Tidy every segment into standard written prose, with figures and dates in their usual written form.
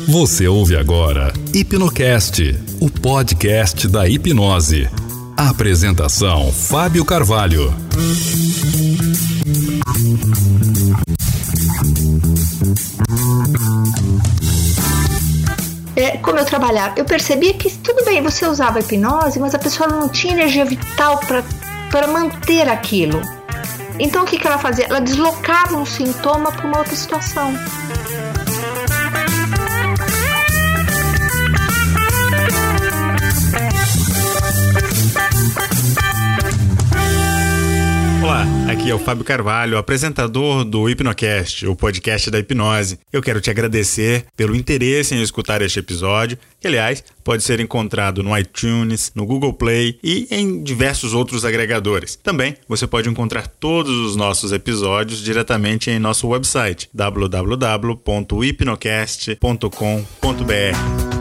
Você ouve agora Hipnocast, o podcast da hipnose. Apresentação: Fábio Carvalho. Como eu trabalhava, eu percebia que tudo bem, você usava hipnose, mas a pessoa não tinha energia vital para manter aquilo. Então o que ela fazia? Ela deslocava um sintoma para uma outra situação. Olá, aqui é o Fábio Carvalho, apresentador do Hipnocast, o podcast da hipnose. Eu quero te agradecer pelo interesse em escutar este episódio, que, aliás, pode ser encontrado no iTunes, no Google Play e em diversos outros agregadores. Também você pode encontrar todos os nossos episódios diretamente em nosso website, www.hipnocast.com.br.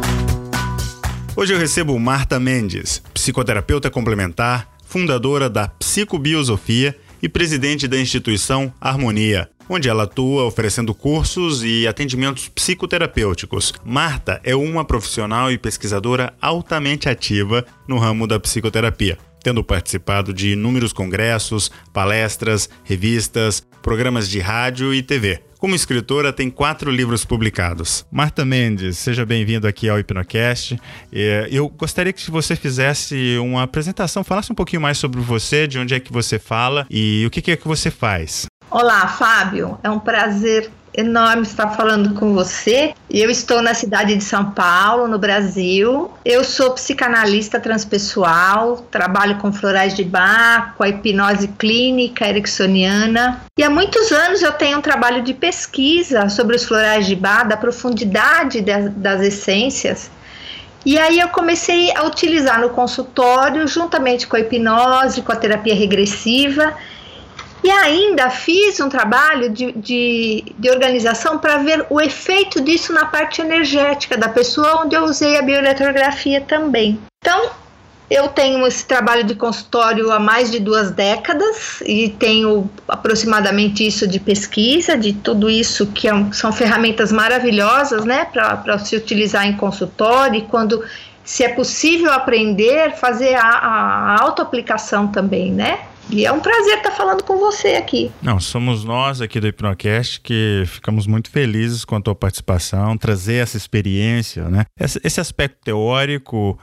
Hoje eu recebo Marta Mendes, psicoterapeuta complementar, fundadora da Psicobiosofia e presidente da instituição Harmonia, onde ela atua oferecendo cursos e atendimentos psicoterapêuticos. Marta é uma profissional e pesquisadora altamente ativa no ramo da psicoterapia, tendo participado de inúmeros congressos, palestras, revistas, programas de rádio e TV. Como escritora, tem 4 livros publicados. Marta Mendes, seja bem-vindo aqui ao Hipnocast. Eu gostaria que você fizesse uma apresentação, falasse um pouquinho mais sobre você, de onde é que você fala e o que é que você faz. Olá, Fábio. É um prazer enorme estar falando com você. Eu estou na cidade de São Paulo, no Brasil. Eu sou psicanalista transpessoal, trabalho com florais de Bach, com a hipnose clínica ericksoniana. E há muitos anos eu tenho um trabalho de pesquisa sobre os florais de Bach, da profundidade das essências. E aí eu comecei a utilizar no consultório, juntamente com a hipnose, com a terapia regressiva. E ainda fiz um trabalho de organização para ver o efeito disso na parte energética da pessoa, onde eu usei a bioeletrografia também. Então, eu tenho esse trabalho de consultório há mais de 2 décadas e tenho aproximadamente isso de pesquisa, de tudo isso que são ferramentas maravilhosas, né, para se utilizar em consultório e quando, se é possível aprender, fazer a autoaplicação também, né? E é um prazer estar falando com você aqui. Não, somos nós aqui do Hipnocast que ficamos muito felizes com a tua participação, trazer essa experiência, né? Esse aspecto teórico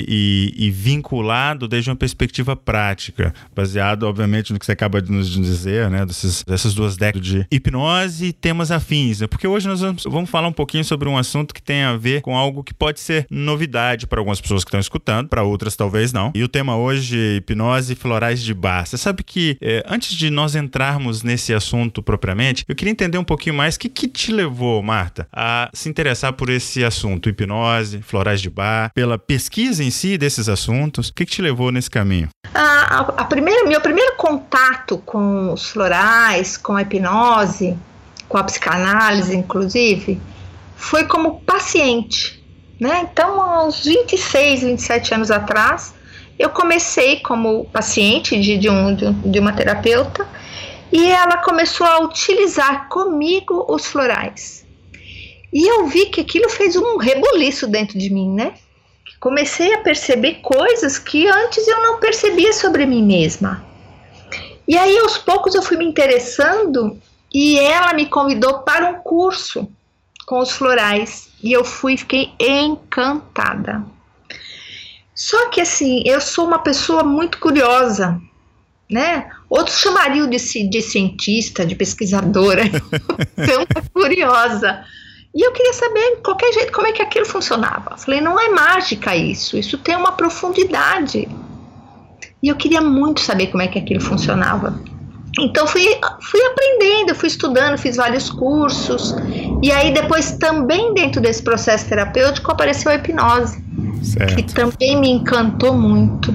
e vinculado desde uma perspectiva prática, baseado, obviamente, no que você acaba de nos dizer, né? Dessas 2 décadas de hipnose e temas afins, né? Porque hoje nós vamos falar um pouquinho sobre um assunto que tem a ver com algo que pode ser novidade para algumas pessoas que estão escutando, para outras talvez não. E o tema hoje é hipnose e florais de Bach. Você sabe que, antes de nós entrarmos nesse assunto propriamente, eu queria entender um pouquinho mais o que te levou, Marta, a se interessar por esse assunto, hipnose, florais de Bach, pela pesquisa em si desses assuntos. O que te levou nesse caminho? Meu primeiro contato com os florais, com a hipnose, com a psicanálise, inclusive, foi como paciente, né? Então, há uns 26, 27 anos atrás, eu comecei como paciente de uma terapeuta e ela começou a utilizar comigo os florais. E eu vi que aquilo fez um rebuliço dentro de mim, né? Comecei a perceber coisas que antes eu não percebia sobre mim mesma. E aí, aos poucos, eu fui me interessando e ela me convidou para um curso com os florais. E eu fiquei encantada. Só que assim, eu sou uma pessoa muito curiosa, né? Outros chamariam de cientista, de pesquisadora, tão curiosa. E eu queria saber, de qualquer jeito, como é que aquilo funcionava. Eu falei, não é mágica isso tem uma profundidade. E eu queria muito saber como é que aquilo funcionava. Então fui aprendendo, fui estudando, fiz vários cursos. E aí depois também dentro desse processo terapêutico apareceu a hipnose. Certo. Que também me encantou muito.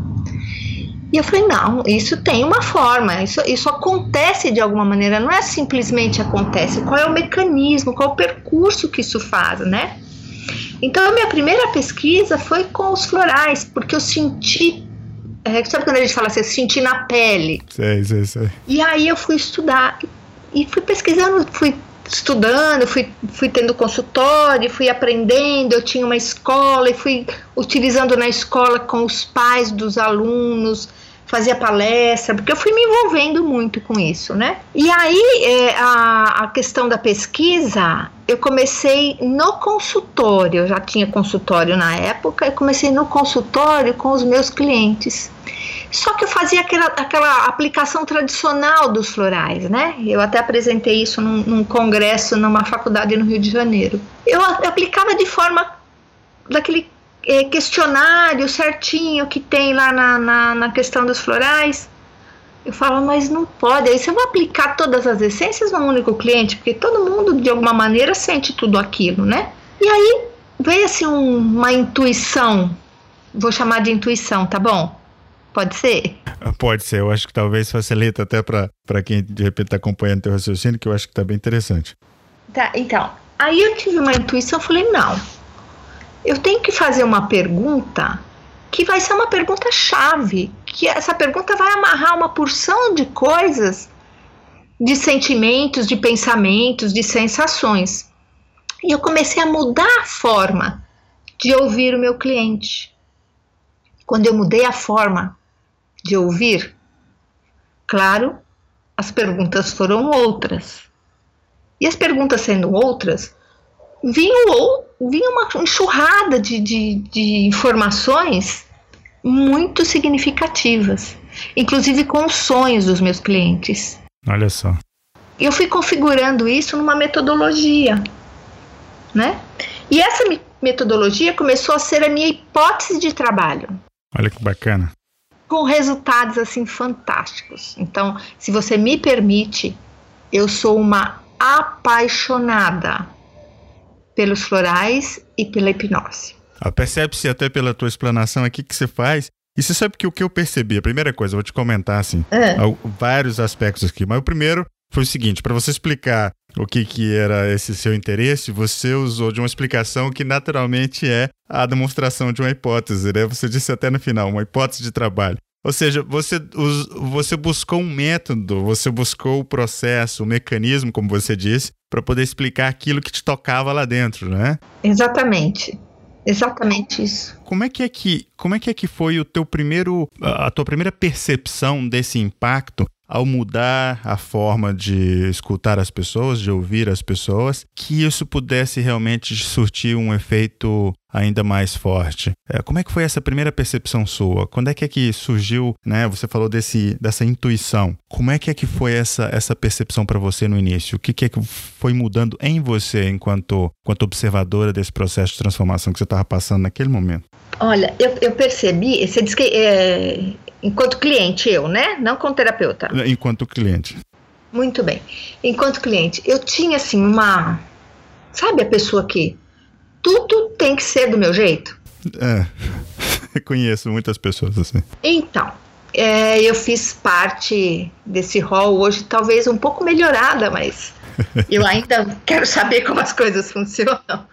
E eu falei, não, isso tem uma forma, isso acontece de alguma maneira, não é simplesmente acontece, qual é o mecanismo, qual é o percurso que isso faz, né? Então a minha primeira pesquisa foi com os florais, porque eu senti, sabe quando a gente fala assim, eu senti na pele? Sei. E aí eu fui estudar e fui pesquisando, fui estudando, fui tendo consultório, fui aprendendo, eu tinha uma escola e fui utilizando na escola com os pais dos alunos, fazia palestra, porque eu fui me envolvendo muito com isso, né? E aí, a questão da pesquisa, eu comecei no consultório, eu já tinha consultório na época, eu comecei no consultório com os meus clientes. Só que eu fazia aquela aplicação tradicional dos florais, né? Eu até apresentei isso num congresso numa faculdade no Rio de Janeiro. Eu aplicava de forma daquele questionário certinho que tem lá na questão dos florais. Eu falo, mas não pode, aí você vai aplicar todas as essências num único cliente, porque todo mundo de alguma maneira sente tudo aquilo, né? E aí veio assim uma intuição, vou chamar de intuição, tá bom? Pode ser? Pode ser, eu acho que talvez facilita até para quem de repente está acompanhando teu raciocínio, que eu acho que está bem interessante. Tá, então, aí eu tive uma intuição, eu falei, não, eu tenho que fazer uma pergunta que vai ser uma pergunta-chave, que essa pergunta vai amarrar uma porção de coisas, de sentimentos, de pensamentos, de sensações. E eu comecei a mudar a forma de ouvir o meu cliente. Quando eu mudei a forma de ouvir, claro, as perguntas foram outras. E as perguntas sendo outras, vinha uma enxurrada de informações muito significativas, inclusive com os sonhos dos meus clientes. Olha só. Eu fui configurando isso numa metodologia, né? E essa metodologia começou a ser a minha hipótese de trabalho. Olha que bacana. Com resultados assim fantásticos. Então, se você me permite, eu sou uma apaixonada pelos florais e pela hipnose. Percebe-se até pela tua explanação aqui que você faz. E você sabe que o que eu percebi, a primeira coisa, eu vou te comentar assim, vários aspectos aqui, mas o primeiro foi o seguinte, para você explicar o que era esse seu interesse, você usou de uma explicação que naturalmente é a demonstração de uma hipótese, né? Você disse até no final, uma hipótese de trabalho. Ou seja, você buscou um método, você buscou o processo, o mecanismo, como você disse, para poder explicar aquilo que te tocava lá dentro, né? Exatamente isso. Como é que foi a tua primeira percepção desse impacto ao mudar a forma de escutar as pessoas, de ouvir as pessoas, que isso pudesse realmente surtir um efeito ainda mais forte? Como é que foi essa primeira percepção sua? Quando é que surgiu, né? Você falou dessa intuição. Como é que foi essa percepção para você no início? O que foi mudando em você enquanto observadora desse processo de transformação que você estava passando naquele momento? Olha, eu percebi, você disse que enquanto cliente né? Não como terapeuta. Enquanto cliente. Muito bem. Enquanto cliente, eu tinha assim sabe a pessoa que tudo tem que ser do meu jeito? Conheço muitas pessoas assim. Então, eu fiz parte desse rol hoje, talvez um pouco melhorada, mas eu ainda quero saber como as coisas funcionam.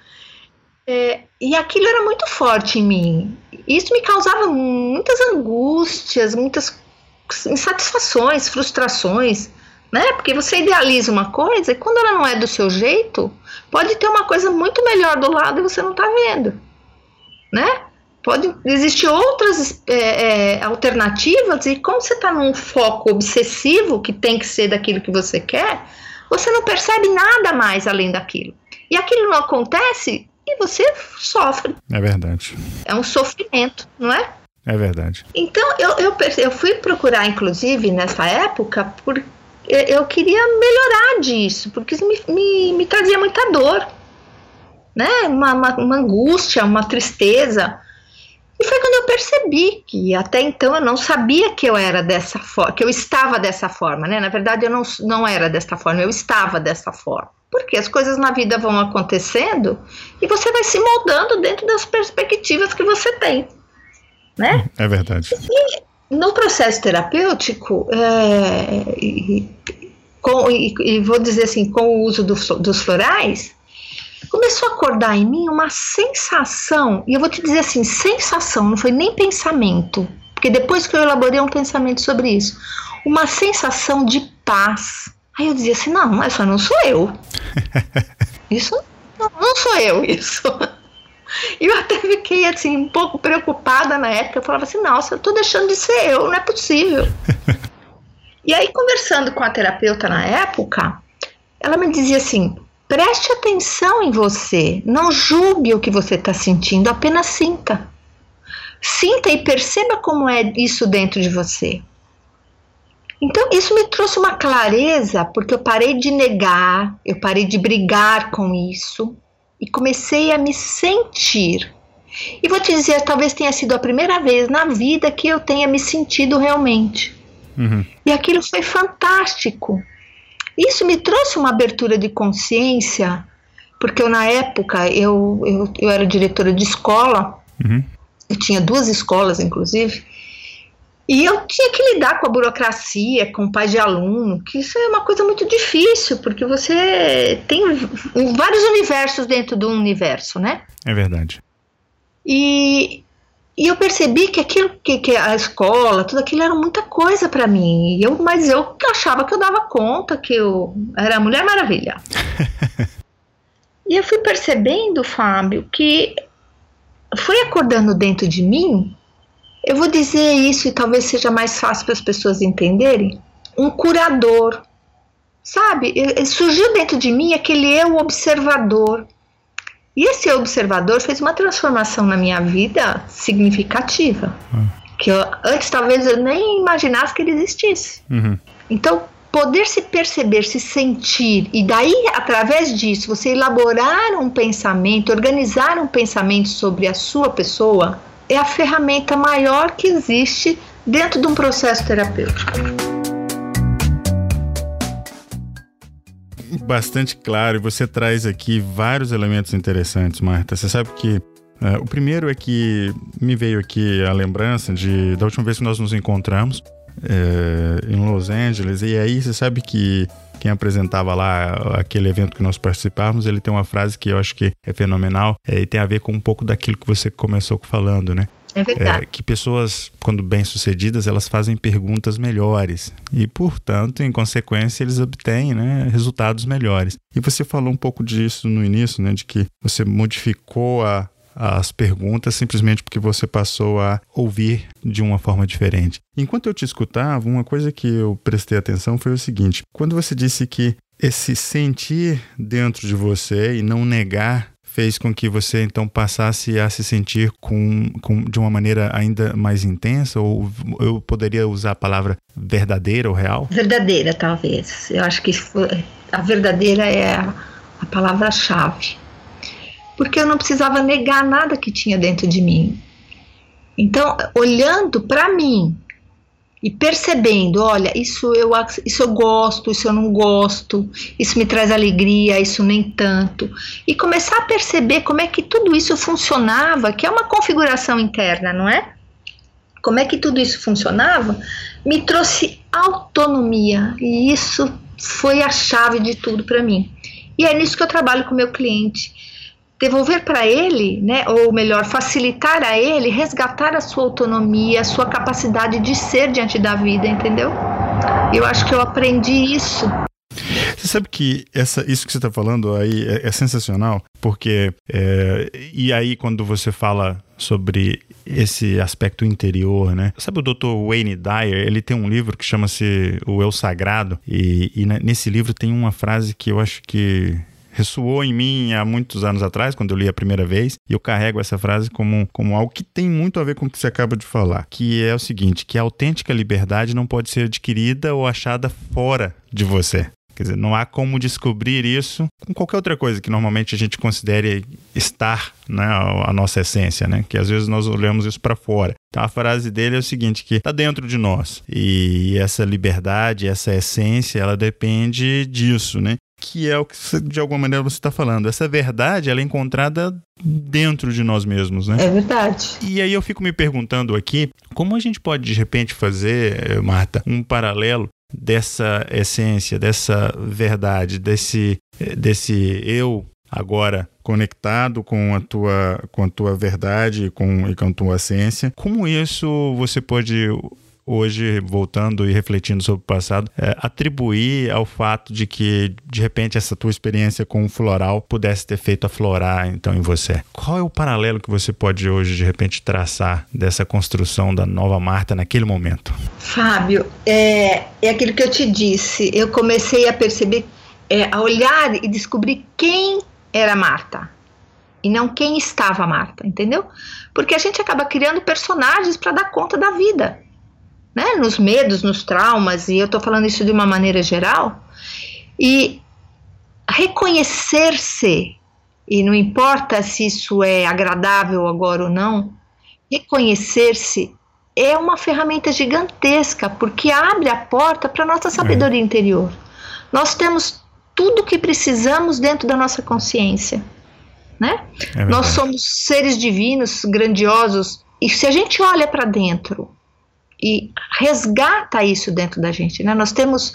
E aquilo era muito forte em mim. Isso me causava muitas angústias, muitas insatisfações, frustrações, né? Porque você idealiza uma coisa e quando ela não é do seu jeito, pode ter uma coisa muito melhor do lado e você não está vendo, né? Pode existir outras alternativas e como você está num foco obsessivo que tem que ser daquilo que você quer, você não percebe nada mais além daquilo. E aquilo não acontece e você sofre. É verdade. É um sofrimento, não é? É verdade. Então, eu fui procurar, inclusive, nessa época, porque eu queria melhorar disso, porque isso me trazia muita dor, né? Uma angústia, uma tristeza. E foi quando eu percebi que até então eu não sabia que eu era dessa forma, que eu estava dessa forma, né? Na verdade, eu não era dessa forma, eu estava dessa forma. Porque as coisas na vida vão acontecendo e você vai se moldando dentro das perspectivas que você tem, né? É verdade. E no processo terapêutico, vou dizer assim, com o uso dos florais, começou a acordar em mim uma sensação, e eu vou te dizer assim, sensação, não foi nem pensamento, porque depois que eu elaborei um pensamento sobre isso, uma sensação de paz Aí eu dizia assim, não, essa não sou eu. Isso não sou eu, isso. E eu até fiquei assim, um pouco preocupada na época. Eu falava assim, nossa, eu tô deixando de ser eu, não é possível. E aí, conversando com a terapeuta na época, ela me dizia assim, preste atenção em você, não julgue o que você está sentindo, apenas sinta. Sinta e perceba como é isso dentro de você. Então, isso me trouxe uma clareza, porque eu parei de negar, eu parei de brigar com isso e comecei a me sentir. E vou te dizer, talvez tenha sido a primeira vez na vida que eu tenha me sentido realmente. Uhum. E aquilo foi fantástico. Isso me trouxe uma abertura de consciência, porque eu, na época, eu era diretora de escola, uhum. Eu tinha 2 escolas, inclusive, e eu tinha que lidar com a burocracia, com o pai de aluno, que isso é uma coisa muito difícil, porque você tem vários universos dentro do universo, né? É verdade. E eu percebi que aquilo que a escola, tudo aquilo era muita coisa para mim. Mas eu achava que eu dava conta, que eu era a Mulher Maravilha. E eu fui percebendo, Fábio, que foi acordando dentro de mim, eu vou dizer isso e talvez seja mais fácil para as pessoas entenderem, um curador, sabe? Surgiu dentro de mim aquele eu observador. E esse observador fez uma transformação na minha vida significativa, que antes talvez eu nem imaginasse que ele existisse. Uhum. Então, poder se perceber, se sentir, e daí, através disso, você elaborar um pensamento, organizar um pensamento sobre a sua pessoa, é a ferramenta maior que existe dentro de um processo terapêutico. Bastante claro, e você traz aqui vários elementos interessantes, Marta. Você sabe que o primeiro é que me veio aqui a lembrança da última vez que nós nos encontramos em Los Angeles, e aí você sabe que quem apresentava lá aquele evento que nós participávamos, ele tem uma frase que eu acho que é fenomenal e tem a ver com um pouco daquilo que você começou falando, né? É verdade. Que pessoas, quando bem-sucedidas, elas fazem perguntas melhores e, portanto, em consequência, eles obtêm, né, resultados melhores. E você falou um pouco disso no início, né, de que você modificou as perguntas simplesmente porque você passou a ouvir de uma forma diferente. Enquanto eu te escutava, uma coisa que eu prestei atenção foi o seguinte: quando você disse que esse sentir dentro de você e não negar fez com que você então passasse a se sentir de uma maneira ainda mais intensa, ou eu poderia usar a palavra verdadeira ou real? Verdadeira, talvez. Eu acho que a verdadeira é a palavra-chave. Porque eu não precisava negar nada que tinha dentro de mim. Então, olhando para mim e percebendo, olha, isso eu gosto, isso eu não gosto, isso me traz alegria, isso nem tanto. E começar a perceber como é que tudo isso funcionava, que é uma configuração interna, não é? Como é que tudo isso funcionava, me trouxe autonomia. E isso foi a chave de tudo para mim. E é nisso que eu trabalho com o meu cliente. Devolver para ele, né, ou melhor, facilitar a ele, resgatar a sua autonomia, a sua capacidade de ser diante da vida, entendeu? Eu acho que eu aprendi isso. Você sabe que isso que você está falando aí é sensacional, porque e aí quando você fala sobre esse aspecto interior, né? Sabe o Dr. Wayne Dyer, ele tem um livro que chama-se O Eu Sagrado, e nesse livro tem uma frase que eu acho que ressoou em mim há muitos anos atrás, quando eu li a primeira vez, e eu carrego essa frase como algo que tem muito a ver com o que você acaba de falar, que é o seguinte, que a autêntica liberdade não pode ser adquirida ou achada fora de você. Quer dizer, não há como descobrir isso com qualquer outra coisa que normalmente a gente considere estar, né, a nossa essência, né? Que às vezes nós olhamos isso para fora. Então a frase dele é o seguinte, que está dentro de nós. E essa liberdade, essa essência, ela depende disso, né? Que é o que, de alguma maneira, você está falando. Essa verdade, ela é encontrada dentro de nós mesmos, né? É verdade. E aí eu fico me perguntando aqui, como a gente pode, de repente, fazer, Marta, um paralelo dessa essência, dessa verdade, desse eu agora conectado com a tua verdade e com a tua essência. Como isso você pode hoje, voltando e refletindo sobre o passado, atribuir ao fato de que, de repente, essa tua experiência com o floral pudesse ter feito aflorar, então, em você? Qual é o paralelo que você pode hoje, de repente, traçar dessa construção da nova Marta naquele momento? Fábio, é aquilo que eu te disse. Eu comecei a perceber, a olhar e descobrir quem era Marta e não quem estava Marta, entendeu? Porque a gente acaba criando personagens para dar conta da vida, né? Nos medos, nos traumas, e eu estou falando isso de uma maneira geral. E reconhecer-se, e não importa se isso é agradável agora ou não, reconhecer-se é uma ferramenta gigantesca, porque abre a porta para a nossa sabedoria interior. Nós temos tudo o que precisamos dentro da nossa consciência, né? Nós somos seres divinos, grandiosos, e se a gente olha para dentro e resgata isso dentro da gente, né? Nós temos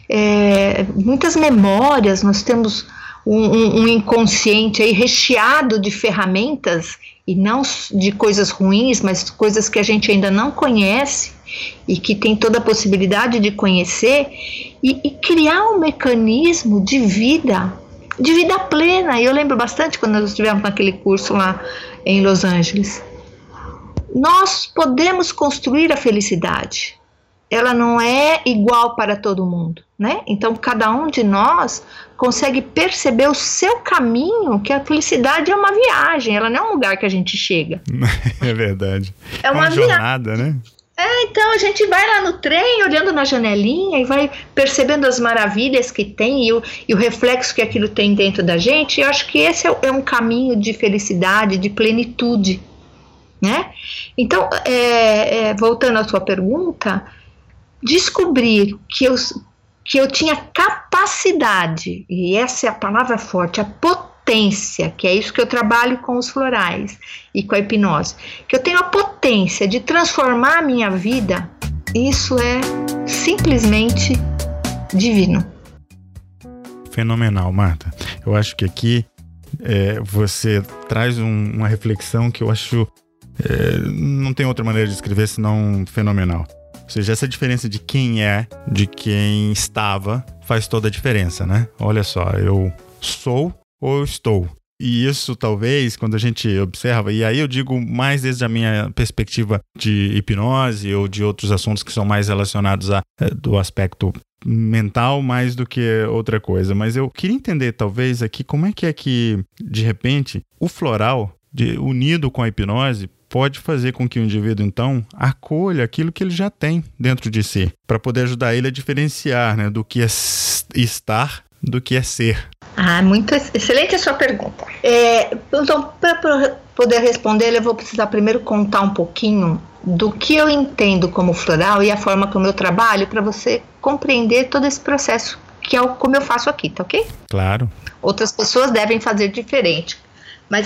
muitas memórias, nós temos um inconsciente aí recheado de ferramentas, e não de coisas ruins, mas coisas que a gente ainda não conhece e que tem toda a possibilidade de conhecer, e criar um mecanismo de vida plena. E eu lembro bastante quando nós estivemos naquele curso lá em Los Angeles. Nós podemos construir a felicidade. Ela não é igual para todo mundo, né? Então, cada um de nós consegue perceber o seu caminho, que a felicidade é uma viagem, ela não é um lugar que a gente chega. É verdade. É uma jornada, né? Então a gente vai lá no trem, olhando na janelinha e vai percebendo as maravilhas que tem e o reflexo que aquilo tem dentro da gente. E eu acho que esse é um caminho de felicidade, de plenitude, né? Então, voltando à sua pergunta, descobrir que eu tinha capacidade, e essa é a palavra forte, a potência, que é isso que eu trabalho com os florais e com a hipnose, que eu tenho a potência de transformar a minha vida, isso é simplesmente divino. Fenomenal, Marta. Eu acho que aqui você traz uma reflexão que eu acho não tem outra maneira de escrever senão fenomenal. Ou seja, essa diferença de quem é, de quem estava, faz toda a diferença, né? Olha só, eu sou ou eu estou. E isso talvez, quando a gente observa, e aí eu digo mais desde a minha perspectiva de hipnose ou de outros assuntos que são mais relacionados do aspecto mental mais do que outra coisa. Mas eu queria entender talvez aqui como é que de repente, o floral, unido com a hipnose, pode fazer com que o indivíduo, então, acolha aquilo que ele já tem dentro de si, para poder ajudar ele a diferenciar, né, do que é estar do que é ser. Muito excelente a sua pergunta. Então, para poder responder, eu vou precisar primeiro contar um pouquinho do que eu entendo como floral e a forma como eu trabalho, para você compreender todo esse processo, que é como eu faço aqui, tá ok? Claro. Outras pessoas devem fazer diferente, mas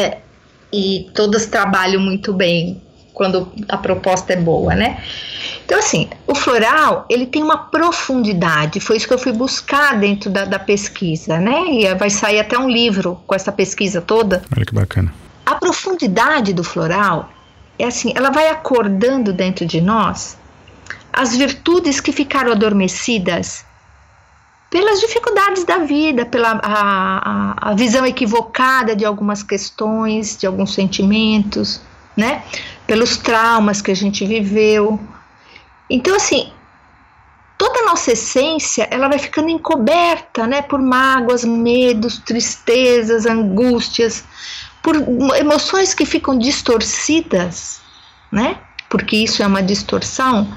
e todas trabalham muito bem quando a proposta é boa, né? Então, assim, o floral, ele tem uma profundidade, foi isso que eu fui buscar dentro da pesquisa, né? E vai sair até um livro com essa pesquisa toda. Olha que bacana. A profundidade do floral é assim, ela vai acordando dentro de nós as virtudes que ficaram adormecidas pelas dificuldades da vida, pela a visão equivocada de algumas questões, de alguns sentimentos, né? Pelos traumas que a gente viveu. Então, assim, toda a nossa essência, ela vai ficando encoberta, né? Por mágoas, medos, tristezas, angústias, por emoções que ficam distorcidas, né? Porque isso é uma distorção.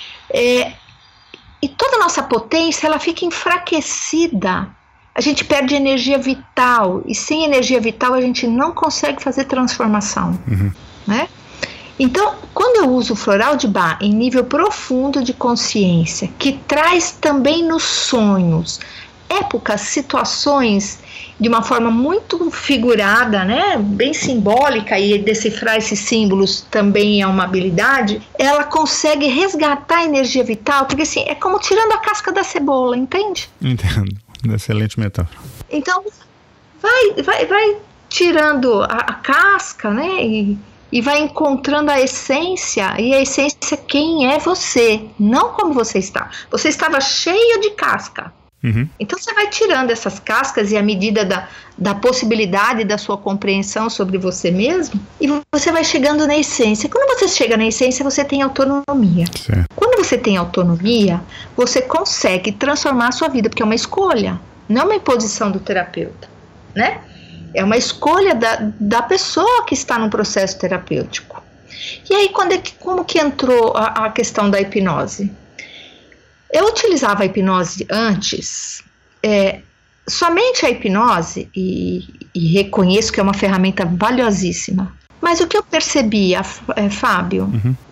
E toda a nossa potência, ela fica enfraquecida. A gente perde energia vital. E sem energia vital, a gente não consegue fazer transformação. Né? Então, quando eu uso o floral de Bach em nível profundo de consciência, que traz também nos sonhos épocas, situações de uma forma muito figurada, né, bem simbólica, e decifrar esses símbolos também é uma habilidade, ela consegue resgatar a energia vital, porque assim, é como tirando a casca da cebola, entende? Entendo, excelente metáfora. Então, vai tirando a casca, né, e vai encontrando a essência, e a essência quem é você, não como você está. Você estava cheio de casca. Então você vai tirando essas cascas e à medida da possibilidade da sua compreensão sobre você mesmo, e você vai chegando na essência. Quando você chega na essência, você tem autonomia. Certo. Quando você tem autonomia, você consegue transformar a sua vida, porque é uma escolha, não uma imposição do terapeuta, né? É uma escolha da pessoa que está no processo terapêutico. E aí, como que entrou a questão da hipnose? Eu utilizava a hipnose antes, somente a hipnose, e reconheço que é uma ferramenta valiosíssima. Mas o que eu percebia, Fábio,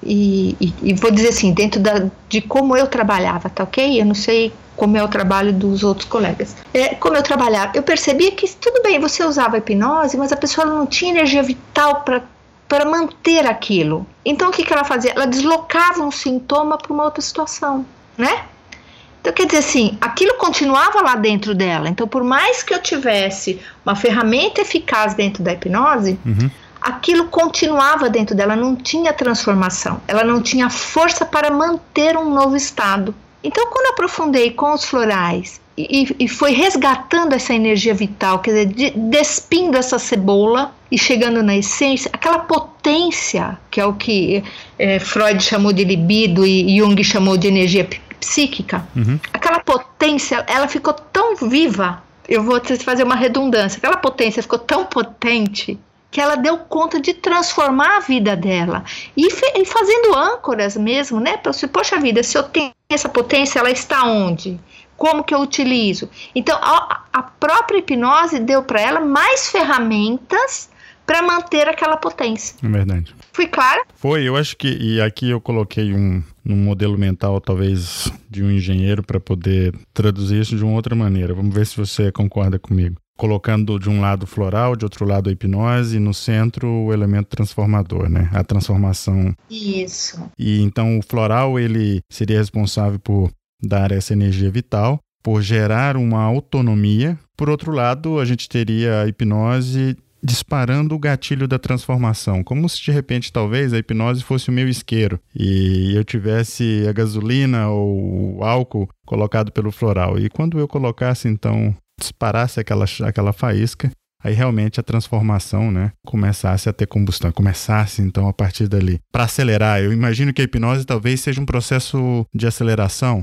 e vou dizer assim, dentro de como eu trabalhava, tá ok? Eu não sei como é o trabalho dos outros colegas. Como eu trabalhava, eu percebia que tudo bem, você usava a hipnose, mas a pessoa não tinha energia vital para manter aquilo. Então o que ela fazia? Ela deslocava um sintoma para uma outra situação, né? Então quer dizer assim, aquilo continuava lá dentro dela. Então por mais que eu tivesse uma ferramenta eficaz dentro da hipnose, aquilo continuava dentro dela, não tinha transformação, ela não tinha força para manter um novo estado. Então quando eu aprofundei com os florais e foi resgatando essa energia vital, quer dizer, despindo essa cebola e chegando na essência, aquela potência, que é o que Freud chamou de libido e Jung chamou de energia psíquica, aquela potência, ela ficou tão viva, eu vou fazer uma redundância, aquela potência ficou tão potente que ela deu conta de transformar a vida dela e fazendo âncoras mesmo, né? Poxa vida, se eu tenho essa potência, ela está onde? Como que eu utilizo? Então, a própria hipnose deu para ela mais ferramentas para manter aquela potência. É verdade. Fui clara? Foi, eu acho que, e aqui eu coloquei num modelo mental, talvez, de um engenheiro para poder traduzir isso de uma outra maneira. Vamos ver se você concorda comigo. Colocando de um lado o floral, de outro lado a hipnose, e no centro o elemento transformador, né? A transformação. Isso. E então o floral, ele seria responsável por dar essa energia vital, por gerar uma autonomia. Por outro lado, a gente teria a hipnose disparando o gatilho da transformação, como se de repente talvez a hipnose fosse o meu isqueiro e eu tivesse a gasolina ou o álcool colocado pelo floral, e quando eu colocasse então, disparasse aquela faísca, aí realmente a transformação, né, começasse a ter combustão, começasse então a partir dali. Para acelerar, eu imagino que a hipnose talvez seja um processo de aceleração,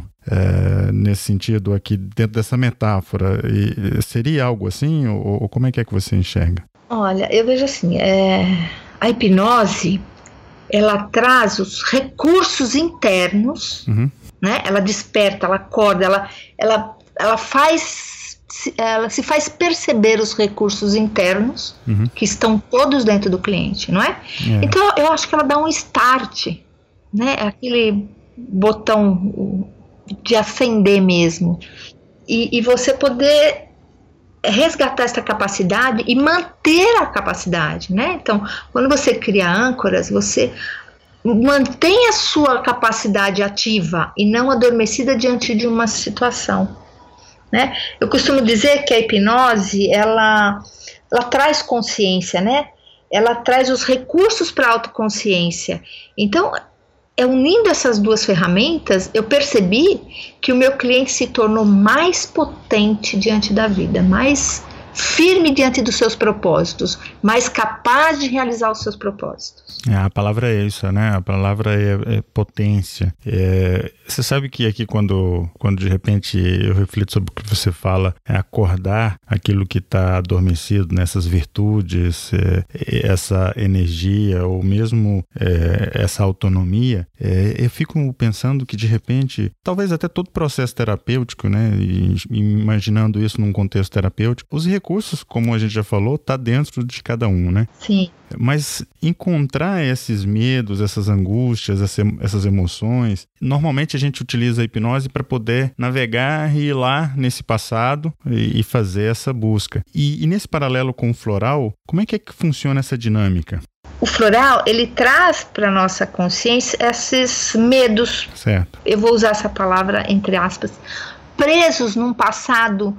nesse sentido aqui, dentro dessa metáfora. E seria algo assim, ou como é que você enxerga? Olha, eu vejo assim, a hipnose, ela traz os recursos internos, né? Ela desperta, ela acorda, ela se faz perceber os recursos internos que estão todos dentro do cliente, não é? Então eu acho que ela dá um start, né? Aquele botão de acender mesmo, e você poder resgatar essa capacidade e manter a capacidade, né? Então, quando você cria âncoras, você mantém a sua capacidade ativa e não adormecida diante de uma situação, né? Eu costumo dizer que a hipnose, ela traz consciência, né? Ela traz os recursos para a autoconsciência. Então, unindo essas duas ferramentas, eu percebi que o meu cliente se tornou mais potente diante da vida, mais firme diante dos seus propósitos, mais capaz de realizar os seus propósitos. A palavra é isso, né? A palavra é potência. Você sabe que aqui quando de repente eu reflito sobre o que você fala, acordar aquilo que está adormecido, nessas virtudes, essa energia ou mesmo essa autonomia, eu fico pensando que de repente, talvez até todo processo terapêutico, né? E imaginando isso num contexto terapêutico, os recursos, como a gente já falou, tá dentro de cada um, né? Sim. Mas encontrar esses medos, essas angústias, essas emoções, normalmente a gente utiliza a hipnose para poder navegar e ir lá nesse passado e fazer essa busca. E nesse paralelo com o floral, como é que funciona essa dinâmica? O floral, ele traz para nossa consciência esses medos. Certo. Eu vou usar essa palavra entre aspas, presos num passado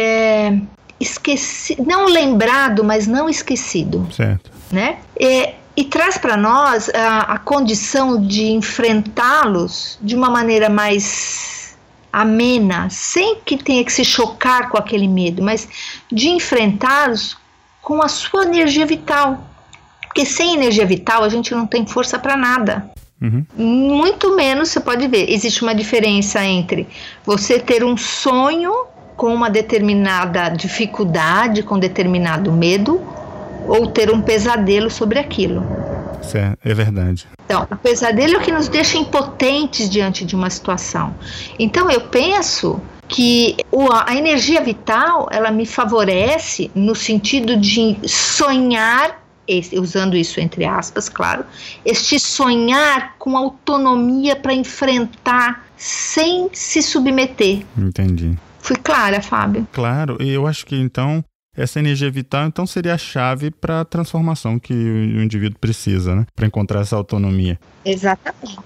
esquecido, não lembrado, mas não esquecido. Certo. Né? e traz para nós a condição de enfrentá-los de uma maneira mais amena, sem que tenha que se chocar com aquele medo, mas de enfrentá-los com a sua energia vital. Porque sem energia vital a gente não tem força para nada. Muito menos, você pode ver, existe uma diferença entre você ter um sonho com uma determinada dificuldade, com determinado medo, ou ter um pesadelo sobre aquilo. É verdade. Então, o pesadelo é o que nos deixa impotentes diante de uma situação. Então, eu penso que a energia vital, ela me favorece no sentido de sonhar, usando isso entre aspas, claro, este sonhar com autonomia para enfrentar sem se submeter. Entendi. Fui clara, Fábio? Claro, e eu acho que então essa energia vital então seria a chave para a transformação que o indivíduo precisa, né? Para encontrar essa autonomia. Exatamente.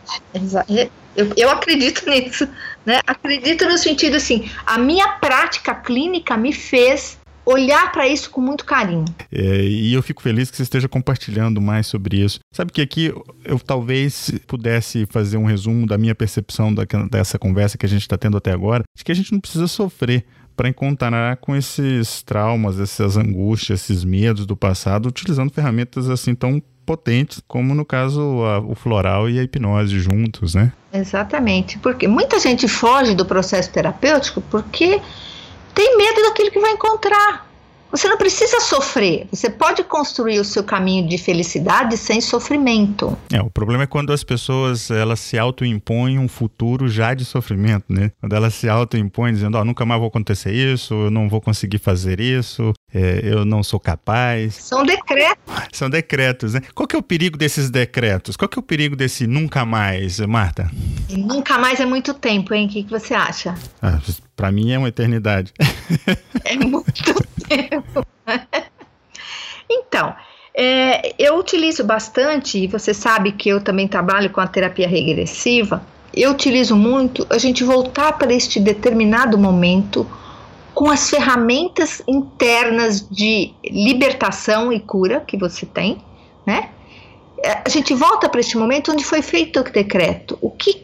Eu acredito nisso, né? Acredito no sentido assim, a minha prática clínica me fez olhar para isso com muito carinho. E eu fico feliz que você esteja compartilhando mais sobre isso. Sabe que aqui eu talvez pudesse fazer um resumo da minha percepção dessa conversa que a gente está tendo até agora, de que a gente não precisa sofrer para encontrar com esses traumas, essas angústias, esses medos do passado, utilizando ferramentas assim tão potentes, como no caso o floral e a hipnose juntos, né? Exatamente, porque muita gente foge do processo terapêutico porque tem medo daquilo que vai encontrar. Você não precisa sofrer, você pode construir o seu caminho de felicidade sem sofrimento. O problema é quando as pessoas elas se autoimpõem um futuro já de sofrimento, né? Quando elas se autoimpõem dizendo, nunca mais vou acontecer isso, eu não vou conseguir fazer isso, eu não sou capaz. São decretos. São decretos, né? Qual que é o perigo desses decretos? Qual que é o perigo desse nunca mais, Marta? Nunca mais é muito tempo, hein? O que você acha? Para mim é uma eternidade. É muito tempo. Então, eu utilizo bastante, e você sabe que eu também trabalho com a terapia regressiva, eu utilizo muito a gente voltar para este determinado momento com as ferramentas internas de libertação e cura que você tem, né? A gente volta para este momento onde foi feito o decreto. O que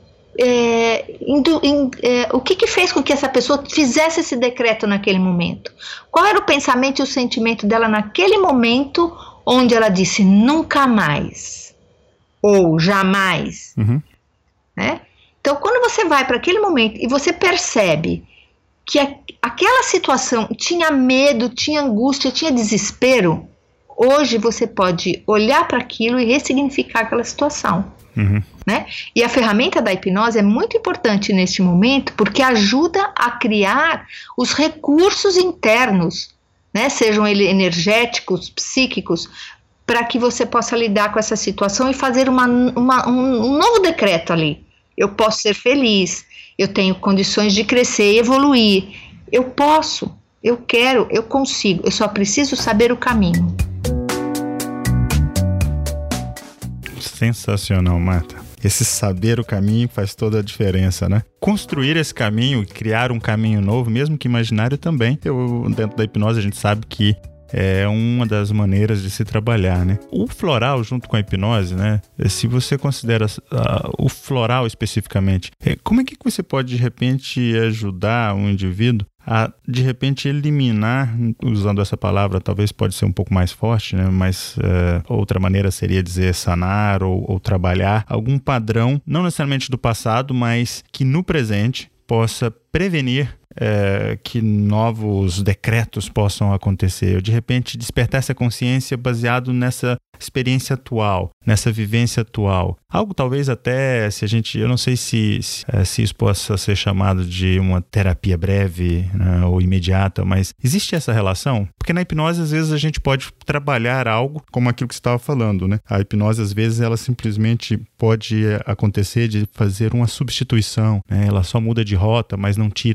fez com que essa pessoa fizesse esse decreto naquele momento? Qual era o pensamento e o sentimento dela naquele momento onde ela disse nunca mais ou jamais? Né? Então, quando você vai para aquele momento e você percebe que aquela situação tinha medo, tinha angústia, tinha desespero, hoje você pode olhar para aquilo e ressignificar aquela situação. Né? E a ferramenta da hipnose é muito importante neste momento porque ajuda a criar os recursos internos, né? Sejam eles energéticos, psíquicos, para que você possa lidar com essa situação e fazer um novo decreto ali. Eu posso ser feliz, eu tenho condições de crescer e evoluir, eu posso, eu quero, eu consigo, eu só preciso saber o caminho. Sensacional, Marta. Esse saber o caminho faz toda a diferença, né? Construir esse caminho, criar um caminho novo, mesmo que imaginário também. Dentro da hipnose a gente sabe que é uma das maneiras de se trabalhar, né? O floral junto com a hipnose, né? Se você considera o floral especificamente, como é que você pode de repente ajudar um indivíduo a de repente eliminar, usando essa palavra talvez pode ser um pouco mais forte, né? Mas outra maneira seria dizer sanar ou trabalhar algum padrão, não necessariamente do passado, mas que no presente possa prevenir que novos decretos possam acontecer, ou de repente despertar essa consciência baseado nessa experiência atual, nessa vivência atual. Algo talvez até, eu não sei se isso possa ser chamado de uma terapia breve, né, ou imediata, mas existe essa relação? Porque na hipnose às vezes a gente pode trabalhar algo como aquilo que você estava falando, né? A hipnose às vezes ela simplesmente pode acontecer de fazer uma substituição, né? Ela só muda de rota, mas não tira lá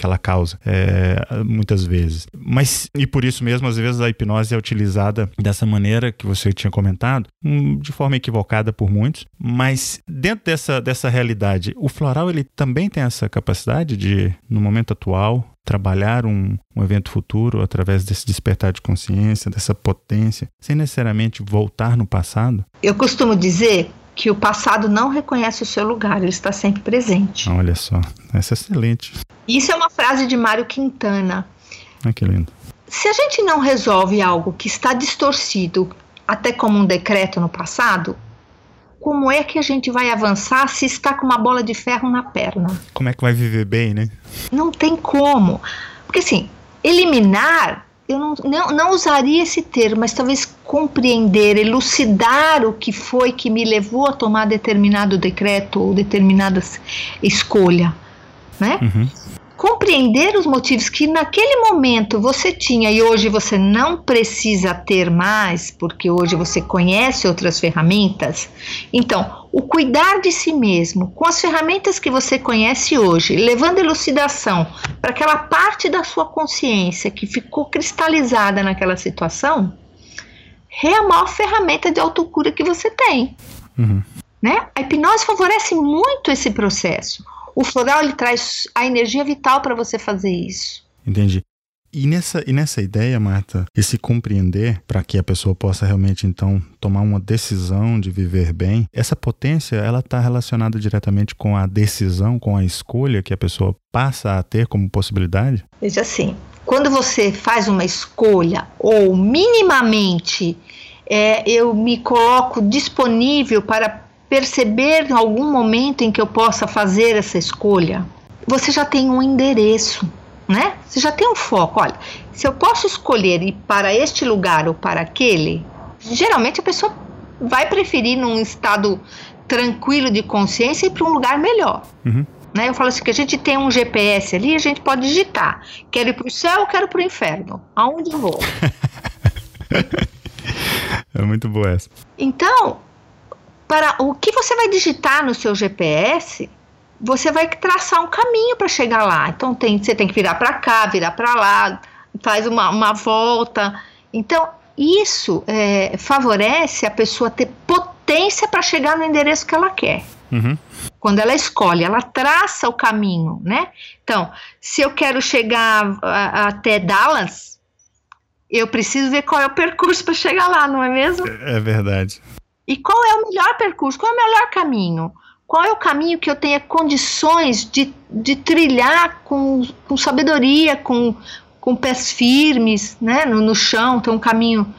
aquela causa, muitas vezes. Mas, e por isso mesmo, às vezes a hipnose é utilizada dessa maneira que você tinha comentado, de forma equivocada por muitos, mas dentro dessa realidade, o floral ele também tem essa capacidade de, no momento atual, trabalhar um evento futuro através desse despertar de consciência, dessa potência, sem necessariamente voltar no passado? Eu costumo dizer que o passado não reconhece o seu lugar, ele está sempre presente. Olha só, essa é excelente. Isso é uma frase de Mário Quintana. Ah, que lindo. Se a gente não resolve algo que está distorcido, até como um decreto no passado, como é que a gente vai avançar se está com uma bola de ferro na perna? Como é que vai viver bem, né? Não tem como. Porque assim, eliminar, eu não usaria esse termo, mas talvez compreender, elucidar o que foi que me levou a tomar determinado decreto ou determinada escolha, né? Uhum. Compreender os motivos que naquele momento você tinha e hoje você não precisa ter mais, porque hoje você conhece outras ferramentas. Então, o cuidar de si mesmo, com as ferramentas que você conhece hoje, levando elucidação para aquela parte da sua consciência que ficou cristalizada naquela situação, é a maior ferramenta de autocura que você tem. Uhum. Né? A hipnose favorece muito esse processo. O floral ele traz a energia vital para você fazer isso. Entendi. E nessa ideia, Marta, esse compreender para que a pessoa possa realmente, então, tomar uma decisão de viver bem, essa potência, ela está relacionada diretamente com a decisão, com a escolha que a pessoa passa a ter como possibilidade? Veja assim, quando você faz uma escolha, ou minimamente eu me coloco disponível para perceber em algum momento em que eu possa fazer essa escolha, você já tem um endereço, né? Você já tem um foco. Olha, se eu posso escolher ir para este lugar ou para aquele, geralmente a pessoa vai preferir num estado tranquilo de consciência ir para um lugar melhor. Uhum. Né? Eu falo assim, que a gente tem um GPS ali, a gente pode digitar, quero ir para o céu ou quero para o inferno, aonde eu vou? É muito boa essa. Então, para o que você vai digitar no seu GPS, você vai traçar um caminho para chegar lá. Então você tem que virar para cá, virar para lá, faz uma volta. Então isso favorece a pessoa ter potência para chegar no endereço que ela quer. Uhum. Quando ela escolhe, ela traça o caminho, né? Então, se eu quero chegar até Dallas, eu preciso ver qual é o percurso para chegar lá, não é mesmo? É verdade. E qual é o melhor percurso? Qual é o melhor caminho? Qual é o caminho que eu tenha condições de trilhar com sabedoria, com pés firmes, né, no chão? Então, um caminho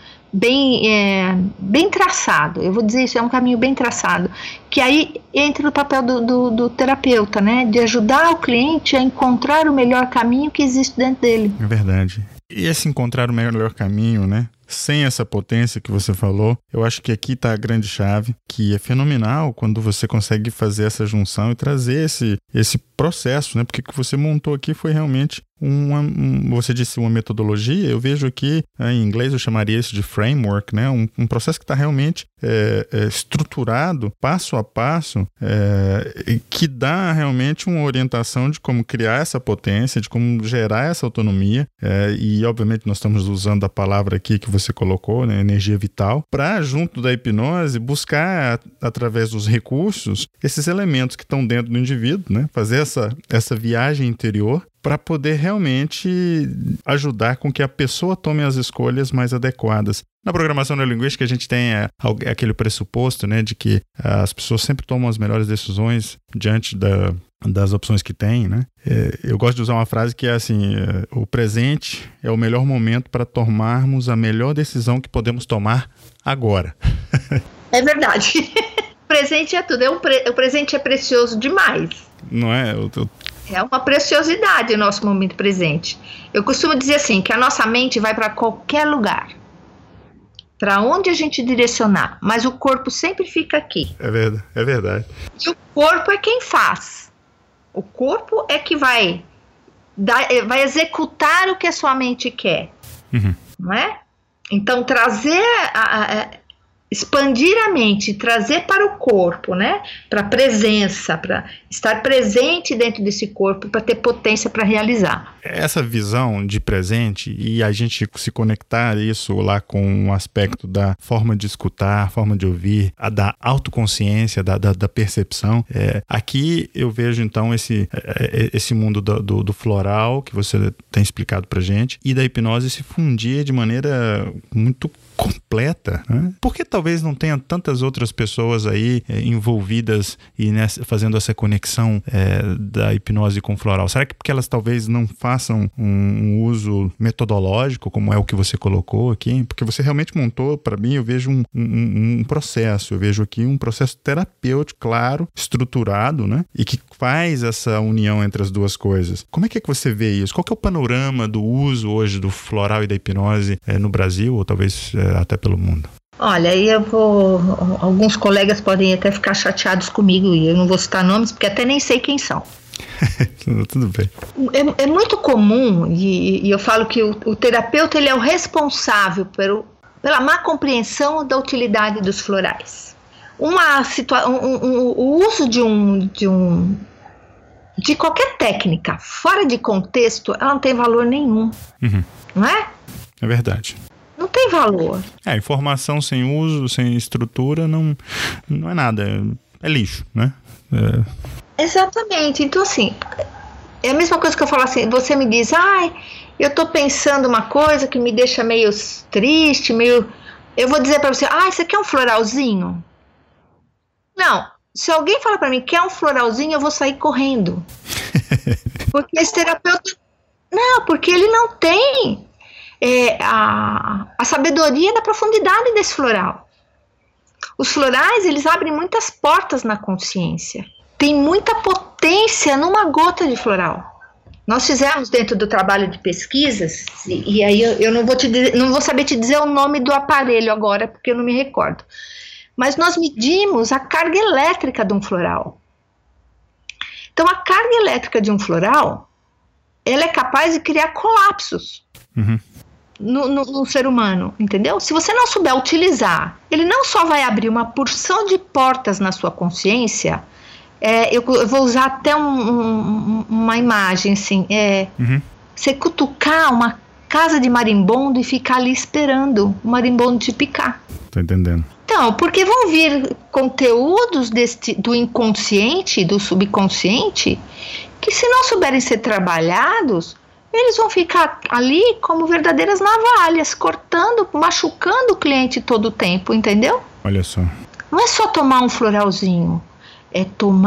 bem traçado. Eu vou dizer isso, é um caminho bem traçado. Que aí entra no papel do terapeuta, né? De ajudar o cliente a encontrar o melhor caminho que existe dentro dele. É verdade. E esse encontrar o melhor caminho, né? Sem essa potência que você falou, eu acho que aqui está a grande chave, que é fenomenal quando você consegue fazer essa junção e trazer esse processo, né? Porque o que você montou aqui foi realmente você disse uma metodologia, eu vejo aqui, em inglês eu chamaria isso de framework, né? Um processo que está realmente estruturado, passo a passo, que dá realmente uma orientação de como criar essa potência, de como gerar essa autonomia, e obviamente nós estamos usando a palavra aqui que você colocou, né? Energia vital, para junto da hipnose buscar, através dos recursos, esses elementos que estão dentro do indivíduo, né? Fazer essa viagem interior para poder realmente ajudar com que a pessoa tome as escolhas mais adequadas. Na programação neurolinguística a gente tem aquele pressuposto, né, de que as pessoas sempre tomam as melhores decisões diante das opções que têm, né? Eu gosto de usar uma frase que é assim, o presente é o melhor momento para tomarmos a melhor decisão que podemos tomar agora. É verdade. O presente é tudo. O presente é precioso demais. Não é? É uma preciosidade o nosso momento presente. Eu costumo dizer assim, que a nossa mente vai para qualquer lugar, para onde a gente direcionar, mas o corpo sempre fica aqui. É verdade. E o corpo é quem faz. O corpo é que vai executar o que a sua mente quer. Uhum. Não é? Então, trazer expandir a mente, trazer para o corpo, né? Para a presença, para estar presente dentro desse corpo, para ter potência para realizar. Essa visão de presente e a gente se conectar isso lá com o aspecto da forma de escutar, forma de ouvir, da autoconsciência, da percepção. Aqui eu vejo então esse mundo do floral que você tem explicado pra gente e da hipnose se fundir de maneira muito completa, né? Por que talvez não tenha tantas outras pessoas aí envolvidas e fazendo essa conexão da hipnose com o floral? Será que porque elas talvez não façam um uso metodológico, como é o que você colocou aqui? Porque você realmente montou, para mim, eu vejo um processo, eu vejo aqui um processo terapêutico, claro, estruturado, né? E que faz essa união entre as duas coisas. Como é que você vê isso? Qual que é o panorama do uso hoje do floral e da hipnose no Brasil, ou talvez até pelo mundo? Olha, aí alguns colegas podem até ficar chateados comigo e eu não vou citar nomes porque até nem sei quem são. Tudo bem. É muito comum e eu falo que o terapeuta ele é o responsável pela má compreensão da utilidade dos florais. O uso de qualquer técnica fora de contexto, ela não tem valor nenhum, não é? É verdade. Não tem valor. Informação sem uso, sem estrutura, não é nada. É lixo, né? Exatamente. Então, assim, é a mesma coisa que eu falo assim, você me diz, eu tô pensando uma coisa que me deixa meio triste, eu vou dizer pra você, isso aqui é um floralzinho? Não. Se alguém falar pra mim que é um floralzinho, eu vou sair correndo. Porque esse terapeuta... Não, porque ele não tem... a sabedoria da profundidade desse floral. Os florais, eles abrem muitas portas na consciência. Tem muita potência numa gota de floral. Nós fizemos dentro do trabalho de pesquisas, e aí eu não vou saber te dizer o nome do aparelho agora, porque eu não me recordo. Mas nós medimos a carga elétrica de um floral. Então, a carga elétrica de um floral, ela é capaz de criar colapsos. No ser humano, entendeu? Se você não souber utilizar, ele não só vai abrir uma porção de portas na sua consciência, eu vou usar até uma imagem assim, você cutucar uma casa de marimbondo e ficar ali esperando o marimbondo te picar. Tô entendendo. Então, porque vão vir conteúdos do inconsciente, do subconsciente, que se não souberem ser trabalhados, eles vão ficar ali como verdadeiras navalhas, cortando, machucando o cliente todo o tempo, entendeu? Olha só. Não é só tomar um floralzinho, é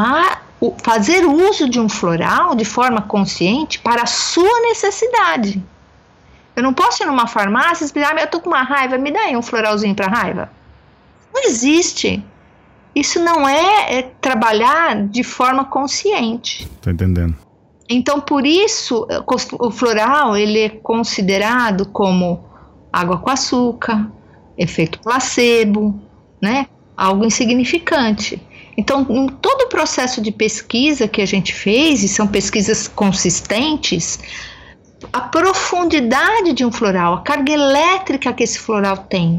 fazer uso de um floral de forma consciente para a sua necessidade. Eu não posso ir numa farmácia e dizer, eu tô com uma raiva, me dá aí um floralzinho para raiva. Não existe. Isso não é trabalhar de forma consciente. Tô entendendo. Então, por isso, o floral ele é considerado como água com açúcar, efeito placebo, né? Algo insignificante. Então, em todo o processo de pesquisa que a gente fez, e são pesquisas consistentes, a profundidade de um floral, a carga elétrica que esse floral tem,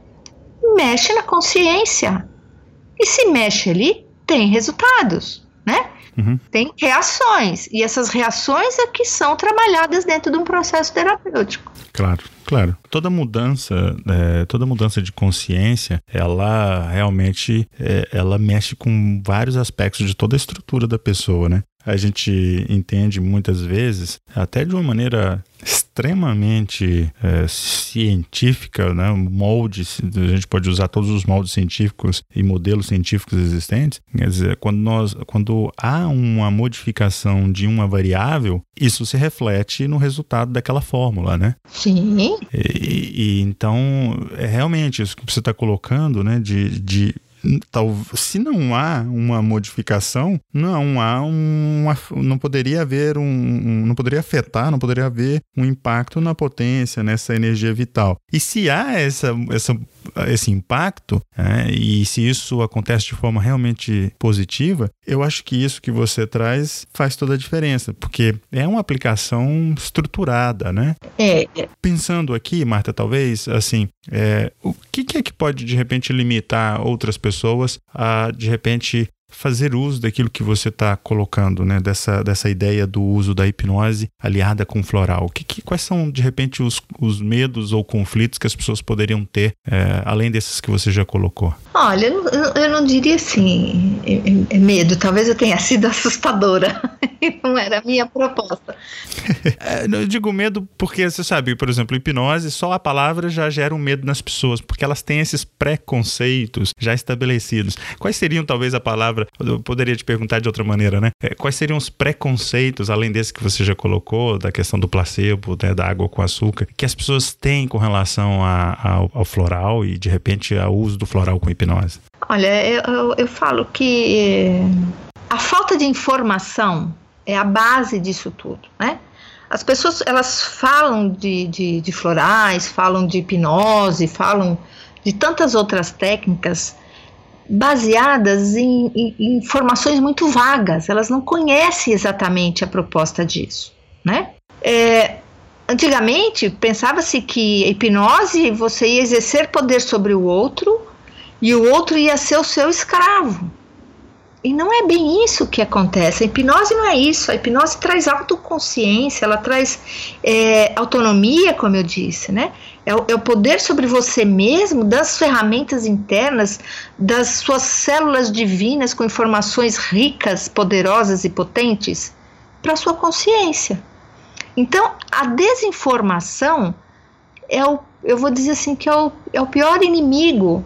mexe na consciência. E se mexe ali, tem resultados, né? Tem reações, e essas reações é que são trabalhadas dentro de um processo terapêutico. Claro. Toda mudança de consciência, ela realmente ela mexe com vários aspectos de toda a estrutura da pessoa, né? A gente entende muitas vezes, até de uma maneira extremamente científica, né? Moldes, a gente pode usar todos os moldes científicos e modelos científicos existentes. Quer dizer, quando há uma modificação de uma variável, isso se reflete no resultado daquela fórmula, né? Sim. E então, realmente, isso que você está colocando, né? Se não há uma modificação, não poderia haver não poderia afetar, não poderia haver um impacto na potência, nessa energia vital. E se há esse impacto, e se isso acontece de forma realmente positiva, eu acho que isso que você traz faz toda a diferença, porque é uma aplicação estruturada, né? Pensando aqui, Marta, talvez, assim, o que é que pode, de repente, limitar outras pessoas a, de repente, fazer uso daquilo que você está colocando, né? Dessa ideia do uso da hipnose aliada com floral. Quais são, de repente, os medos ou conflitos que as pessoas poderiam ter, além desses que você já colocou? Olha, eu não diria assim, medo. Talvez eu tenha sido assustadora. Não era a minha proposta. Eu digo medo porque, você sabe, por exemplo, hipnose, só a palavra já gera um medo nas pessoas, porque elas têm esses preconceitos já estabelecidos. Quais seriam, talvez, a palavra, eu poderia te perguntar de outra maneira, né? Quais seriam os preconceitos, além desse que você já colocou, da questão do placebo, né, da água com açúcar, que as pessoas têm com relação ao floral e, de repente, ao uso do floral com hipnose? Olha, eu falo que a falta de informação é a base disso tudo, né? As pessoas, elas falam de florais, falam de hipnose, falam de tantas outras técnicas baseadas em informações muito vagas. Elas não conhecem exatamente a proposta disso, né? Antigamente, pensava-se que a hipnose, você ia exercer poder sobre o outro e o outro ia ser o seu escravo. E não é bem isso que acontece. A hipnose não é isso. A hipnose traz autoconsciência, ela traz autonomia, como eu disse, né? É o poder sobre você mesmo, das ferramentas internas, das suas células divinas com informações ricas, poderosas e potentes para a sua consciência. Então, a desinformação eu vou dizer assim, que é o pior inimigo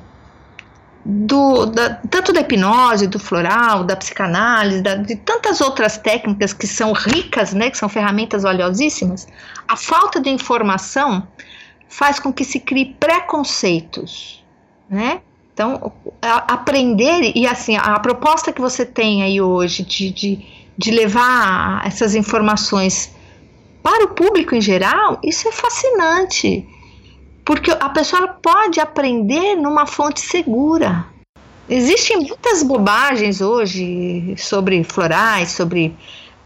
tanto da hipnose, do floral, da psicanálise, de tantas outras técnicas que são ricas, né, que são ferramentas valiosíssimas. A falta de informação faz com que se crie preconceitos, né? Então, aprender, e assim, a proposta que você tem aí hoje de levar essas informações para o público em geral, isso é fascinante. Porque a pessoa pode aprender numa fonte segura. Existem muitas bobagens hoje sobre florais, sobre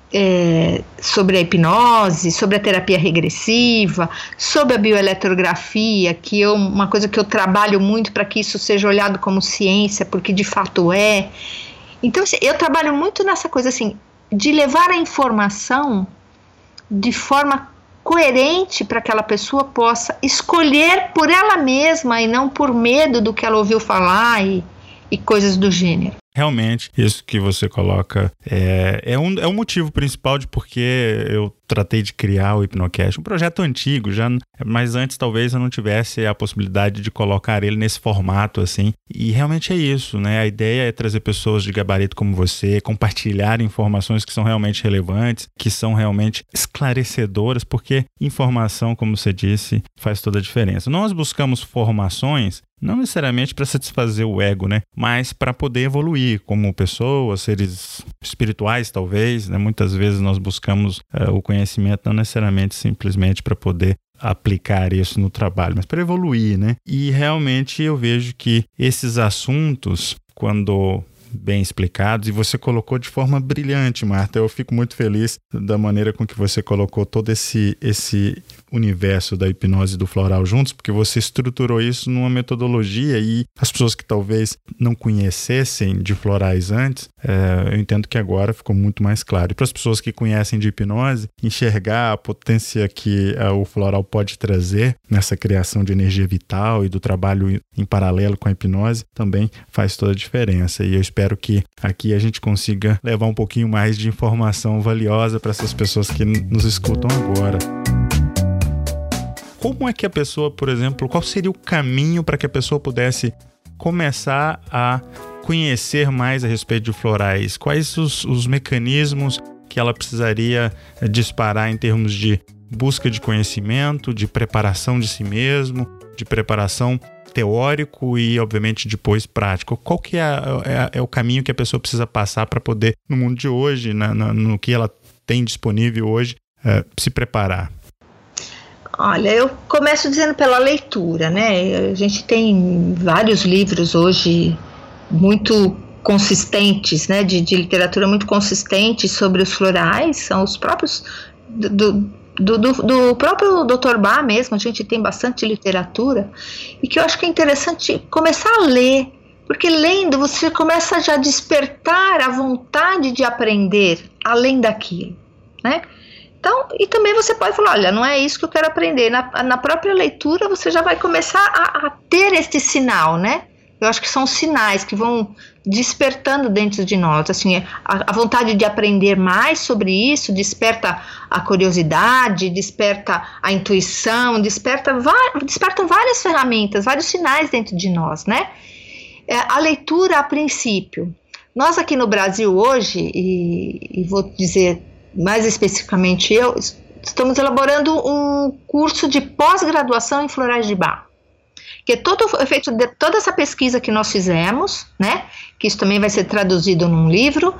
a hipnose, sobre a terapia regressiva, sobre a bioeletrografia, que é uma coisa que eu trabalho muito para que isso seja olhado como ciência, porque de fato é. Então, eu trabalho muito nessa coisa assim, de levar a informação de forma coerente para que aquela pessoa possa escolher por ela mesma e não por medo do que ela ouviu falar e coisas do gênero. Realmente, isso que você coloca é um motivo principal de porque eu tratei de criar o Hipnocast. Um projeto antigo, mas antes talvez eu não tivesse a possibilidade de colocar ele nesse formato assim. E realmente é isso, né? A ideia é trazer pessoas de gabarito como você, compartilhar informações que são realmente relevantes, que são realmente esclarecedoras, porque informação, como você disse, faz toda a diferença. Nós buscamos formações não necessariamente para satisfazer o ego, né? Mas para poder evoluir como pessoas, seres espirituais talvez, né? Muitas vezes nós buscamos o conhecimento não necessariamente simplesmente para poder aplicar isso no trabalho, mas para evoluir, né? E realmente eu vejo que esses assuntos, quando bem explicados, e você colocou de forma brilhante, Marta. Eu fico muito feliz da maneira com que você colocou todo esse universo da hipnose e do floral juntos, porque você estruturou isso numa metodologia e as pessoas que talvez não conhecessem de florais antes, eu entendo que agora ficou muito mais claro. E para as pessoas que conhecem de hipnose, enxergar a potência que o floral pode trazer nessa criação de energia vital e do trabalho em paralelo com a hipnose também faz toda a diferença. E eu espero que aqui a gente consiga levar um pouquinho mais de informação valiosa para essas pessoas que nos escutam agora. Como é que a pessoa, por exemplo, qual seria o caminho para que a pessoa pudesse começar a conhecer mais a respeito de florais? Quais os mecanismos que ela precisaria disparar em termos de busca de conhecimento, de preparação de si mesmo, de preparação teórico e, obviamente, depois prático? Qual que é o caminho que a pessoa precisa passar para poder, no mundo de hoje, no que ela tem disponível hoje, se preparar? Olha, eu começo dizendo pela leitura, né? A gente tem vários livros hoje muito consistentes, né? De literatura muito consistente sobre os florais, são os próprios do próprio Dr. Bach mesmo. A gente tem bastante literatura e que eu acho que é interessante começar a ler, porque lendo você começa já a despertar a vontade de aprender além daquilo, né? Então, e também você pode falar, olha, não é isso que eu quero aprender. Na própria leitura você já vai começar a ter este sinal, né? Eu acho que são sinais que vão despertando dentro de nós, assim, a vontade de aprender mais sobre isso, desperta a curiosidade, desperta a intuição, despertam várias ferramentas, vários sinais dentro de nós, né? A leitura, a princípio, nós aqui no Brasil hoje, e vou dizer mais especificamente estamos elaborando um curso de pós-graduação em florais de Bach, que é todo efeito de toda essa pesquisa que nós fizemos, né? Que isso também vai ser traduzido num livro,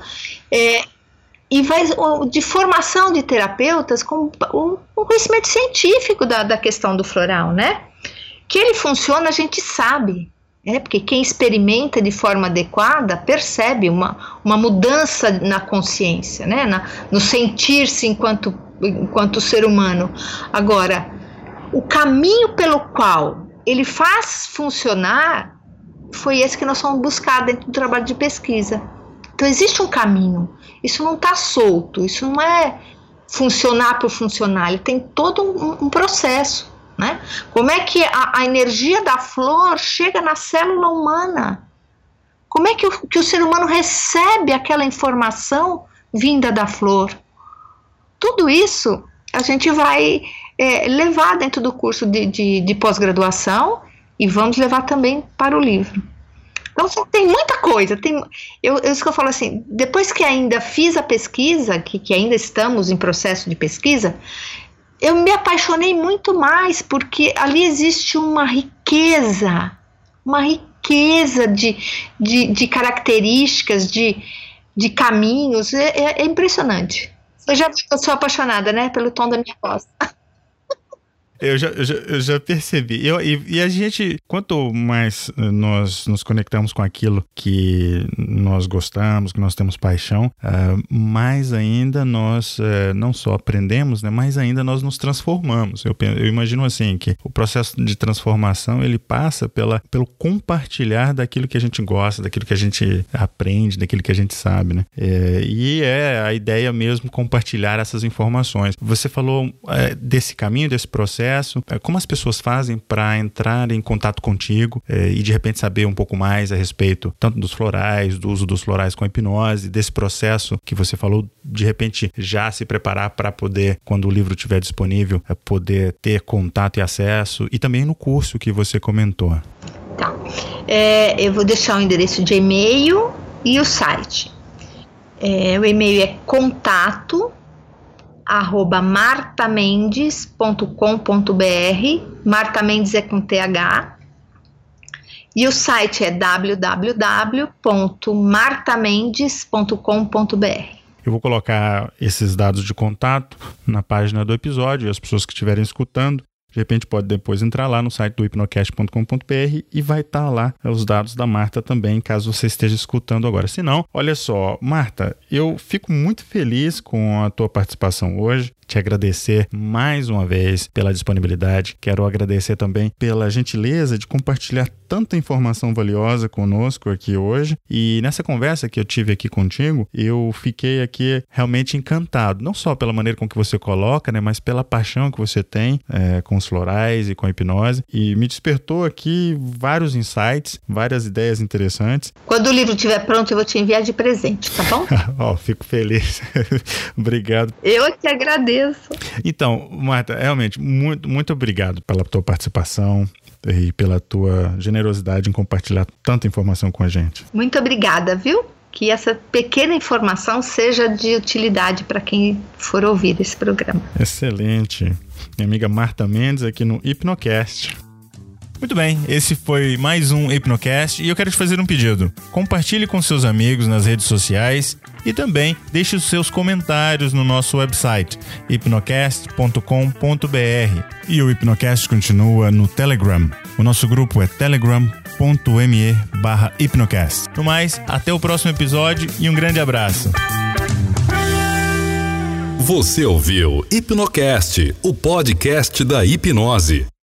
e vai de formação de terapeutas com um conhecimento científico da questão do floral, né? Que ele funciona, a gente sabe. Porque quem experimenta de forma adequada percebe uma mudança na consciência, né? No sentir-se enquanto ser humano. Agora, o caminho pelo qual ele faz funcionar foi esse que nós vamos buscar dentro do trabalho de pesquisa. Então existe um caminho, isso não está solto, isso não é funcionar por funcionar, ele tem todo um processo. Né? Como é que a energia da flor chega na célula humana? Como é que o ser humano recebe aquela informação vinda da flor? Tudo isso a gente vai levar dentro do curso de pós-graduação e vamos levar também para o livro. Então tem muita coisa, isso que eu falo assim, depois que ainda fiz a pesquisa, que ainda estamos em processo de pesquisa, eu me apaixonei muito mais, porque ali existe uma riqueza de características, de caminhos, é impressionante. Eu sou apaixonada, né, pelo tom da minha voz. Eu já percebi. E a gente, quanto mais nós nos conectamos com aquilo que nós gostamos, que nós temos paixão, mais ainda nós não só aprendemos, né, mais ainda nós nos transformamos. Eu imagino assim, que o processo de transformação, ele passa pelo compartilhar daquilo que a gente gosta, daquilo que a gente aprende, daquilo que a gente sabe, né? E é a ideia mesmo compartilhar essas informações. Você falou desse caminho, desse processo. Como as pessoas fazem para entrar em contato contigo e de repente saber um pouco mais a respeito tanto dos florais, do uso dos florais com a hipnose, desse processo que você falou, de repente já se preparar para poder, quando o livro estiver disponível, poder ter contato e acesso, e também no curso que você comentou? Tá. Eu vou deixar o endereço de e-mail e o site. O e-mail é contato@martamendes.com.br. Marta Mendes é com TH. E o site é www.martamendes.com.br. Eu vou colocar esses dados de contato na página do episódio, e as pessoas que estiverem escutando, de repente pode depois entrar lá no site do hipnocast.com.br e vai estar lá os dados da Marta também, caso você esteja escutando agora. Se não, olha só, Marta, eu fico muito feliz com a tua participação hoje. Te agradecer mais uma vez pela disponibilidade. Quero agradecer também pela gentileza de compartilhar tanta informação valiosa conosco aqui hoje. E nessa conversa que eu tive aqui contigo, eu fiquei aqui realmente encantado. Não só pela maneira com que você coloca, né, mas pela paixão que você tem com os florais e com a hipnose. E me despertou aqui vários insights, várias ideias interessantes. Quando o livro estiver pronto, eu vou te enviar de presente, tá bom? Fico feliz. Obrigado. Eu é que agradeço. Então, Marta, realmente, muito, muito obrigado pela tua participação e pela tua generosidade em compartilhar tanta informação com a gente. Muito obrigada, viu? Que essa pequena informação seja de utilidade para quem for ouvir esse programa. Excelente. Minha amiga Marta Mendes aqui no Hipnocast. Muito bem, esse foi mais um Hipnocast e eu quero te fazer um pedido. Compartilhe com seus amigos nas redes sociais e também deixe os seus comentários no nosso website, hipnocast.com.br. E o Hipnocast continua no Telegram. O nosso grupo é telegram.me/hipnocast. No mais, até o próximo episódio e um grande abraço. Você ouviu Hipnocast, o podcast da hipnose.